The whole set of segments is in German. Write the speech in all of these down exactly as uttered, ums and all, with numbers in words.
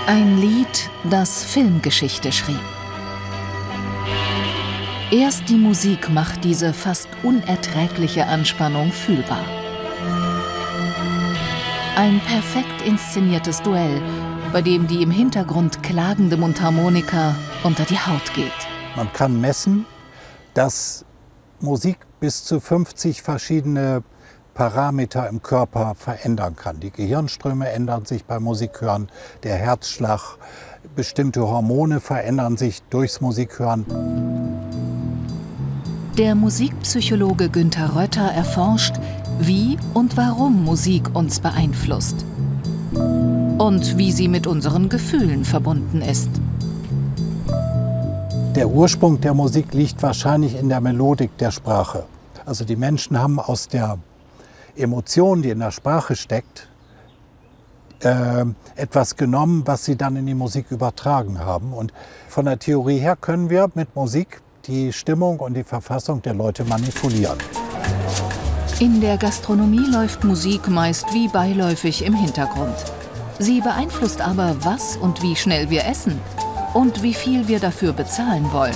Ein Lied, das Filmgeschichte schrieb. Erst die Musik macht diese fast unerträgliche Anspannung fühlbar. Ein perfekt inszeniertes Duell, bei dem die im Hintergrund klagende Mundharmonika unter die Haut geht. Man kann messen, dass Musik bis zu fünfzig verschiedene Parameter im Körper verändern kann. Die Gehirnströme ändern sich beim Musikhören, der Herzschlag, bestimmte Hormone verändern sich durchs Musikhören. Der Musikpsychologe Günter Rötter erforscht, wie und warum Musik uns beeinflusst und wie sie mit unseren Gefühlen verbunden ist. Der Ursprung der Musik liegt wahrscheinlich in der Melodik der Sprache. Also die Menschen haben aus der Emotion, die in der Sprache steckt, äh, etwas genommen, was sie dann in die Musik übertragen haben. Und von der Theorie her können wir mit Musik die Stimmung und die Verfassung der Leute manipulieren. In der Gastronomie läuft Musik meist wie beiläufig im Hintergrund. Sie beeinflusst aber, was und wie schnell wir essen und wie viel wir dafür bezahlen wollen.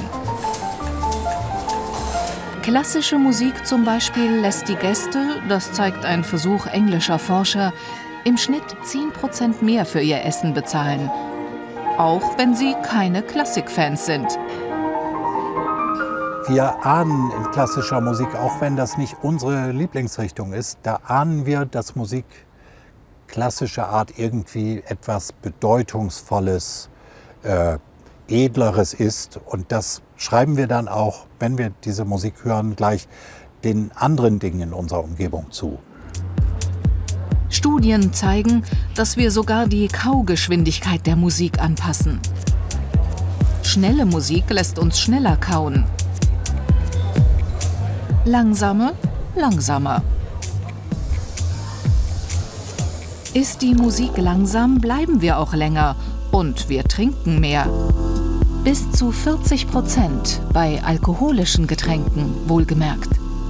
Klassische Musik zum Beispiel lässt die Gäste, das zeigt ein Versuch englischer Forscher, im Schnitt zehn Prozent mehr für ihr Essen bezahlen. Auch wenn sie keine Klassikfans sind. Wir ahnen in klassischer Musik, auch wenn das nicht unsere Lieblingsrichtung ist, da ahnen wir, dass Musik klassischer Art irgendwie etwas Bedeutungsvolles, äh, Edleres ist. Und das schreiben wir dann auch, wenn wir diese Musik hören, gleich den anderen Dingen in unserer Umgebung zu. Studien zeigen, dass wir sogar die Kaugeschwindigkeit der Musik anpassen. Schnelle Musik lässt uns schneller kauen. Langsame, langsamer. Ist die Musik langsam, bleiben wir auch länger und wir trinken mehr. Bis zu vierzig Prozent bei alkoholischen Getränken, wohlgemerkt.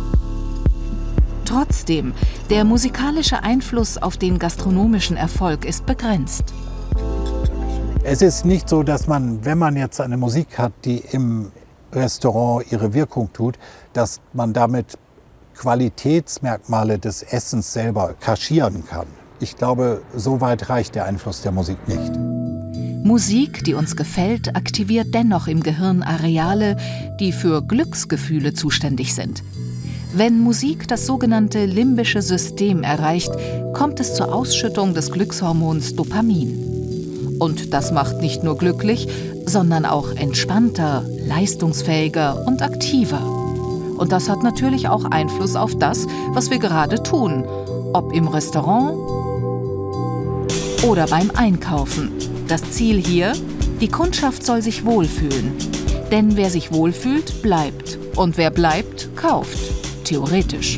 Trotzdem, der musikalische Einfluss auf den gastronomischen Erfolg ist begrenzt. Es ist nicht so, dass man, wenn man jetzt eine Musik hat, die im Restaurant ihre Wirkung tut, dass man damit Qualitätsmerkmale des Essens selber kaschieren kann. Ich glaube, so weit reicht der Einfluss der Musik nicht. Musik, die uns gefällt, aktiviert dennoch im Gehirn Areale, die für Glücksgefühle zuständig sind. Wenn Musik das sogenannte limbische System erreicht, kommt es zur Ausschüttung des Glückshormons Dopamin. Und das macht nicht nur glücklich, sondern auch entspannter, leistungsfähiger und aktiver. Und das hat natürlich auch Einfluss auf das, was wir gerade tun, ob im Restaurant oder beim Einkaufen. Das Ziel hier: die Kundschaft soll sich wohlfühlen. Denn wer sich wohlfühlt, bleibt. Und wer bleibt, kauft. Theoretisch.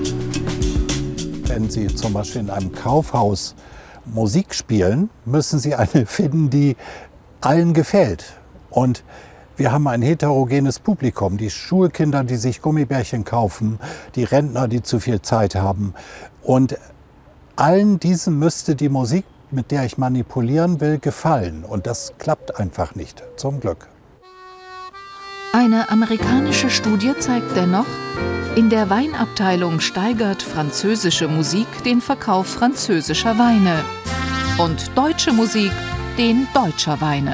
Wenn Sie zum Beispiel in einem Kaufhaus Musik spielen, müssen Sie eine finden, die allen gefällt. Und wir haben ein heterogenes Publikum. Die Schulkinder, die sich Gummibärchen kaufen, die Rentner, die zu viel Zeit haben. Und allen diesen müsste die Musik, mit der ich manipulieren will, gefallen. Und das klappt einfach nicht, zum Glück. Eine amerikanische Studie zeigt dennoch, in der Weinabteilung steigert französische Musik den Verkauf französischer Weine und deutsche Musik den deutscher Weine.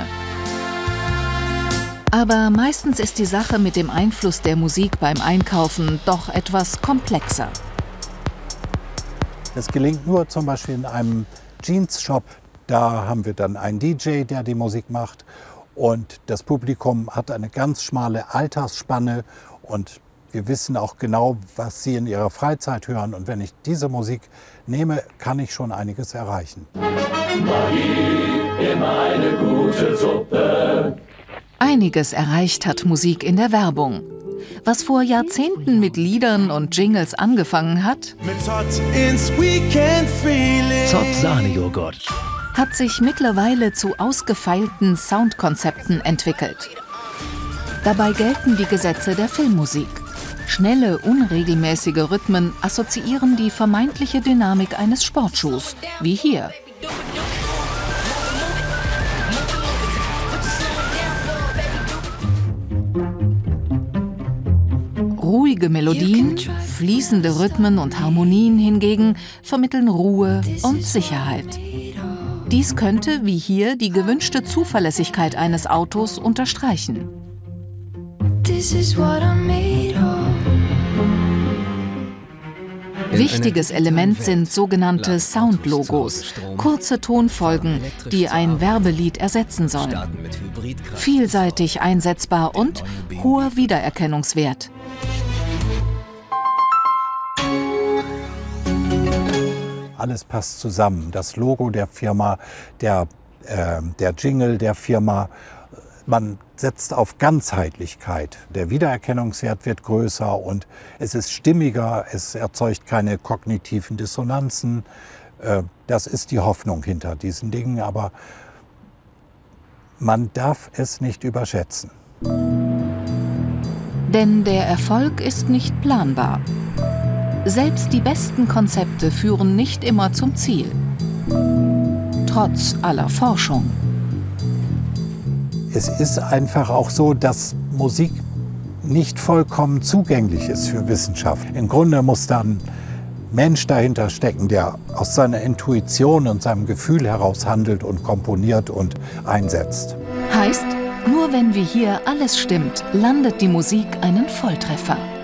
Aber meistens ist die Sache mit dem Einfluss der Musik beim Einkaufen doch etwas komplexer. Das gelingt nur zum Beispiel in einem Jeans-Shop. Da haben wir dann einen D J, der die Musik macht. Und das Publikum hat eine ganz schmale Altersspanne. Und wir wissen auch genau, was sie in ihrer Freizeit hören. Und wenn ich diese Musik nehme, kann ich schon einiges erreichen. Magie, immer eine gute Suppe. Einiges erreicht hat Musik in der Werbung. Was vor Jahrzehnten mit Liedern und Jingles angefangen hat, Zott Sahnejoghurt, hat sich mittlerweile zu ausgefeilten Soundkonzepten entwickelt. Dabei gelten die Gesetze der Filmmusik. Schnelle, unregelmäßige Rhythmen assoziieren die vermeintliche Dynamik eines Sportschuhs, wie hier. Ruhige Melodien, fließende Rhythmen und Harmonien hingegen vermitteln Ruhe und Sicherheit. Dies könnte, wie hier, die gewünschte Zuverlässigkeit eines Autos unterstreichen. Wichtiges Element sind sogenannte Soundlogos, kurze Tonfolgen, die ein Werbelied ersetzen sollen. Vielseitig einsetzbar und hoher Wiedererkennungswert. Alles passt zusammen. Das Logo der Firma, der, äh, der Jingle der Firma. Man setzt auf Ganzheitlichkeit. Der Wiedererkennungswert wird größer und es ist stimmiger, es erzeugt keine kognitiven Dissonanzen. Äh, das ist die Hoffnung hinter diesen Dingen, aber man darf es nicht überschätzen. Denn der Erfolg ist nicht planbar. Selbst die besten Konzepte führen nicht immer zum Ziel. Trotz aller Forschung. Es ist einfach auch so, dass Musik nicht vollkommen zugänglich ist für Wissenschaft. Im Grunde muss dann Mensch dahinter stecken, der aus seiner Intuition und seinem Gefühl heraus handelt und komponiert und einsetzt. Heißt, nur wenn wie hier alles stimmt, landet die Musik einen Volltreffer.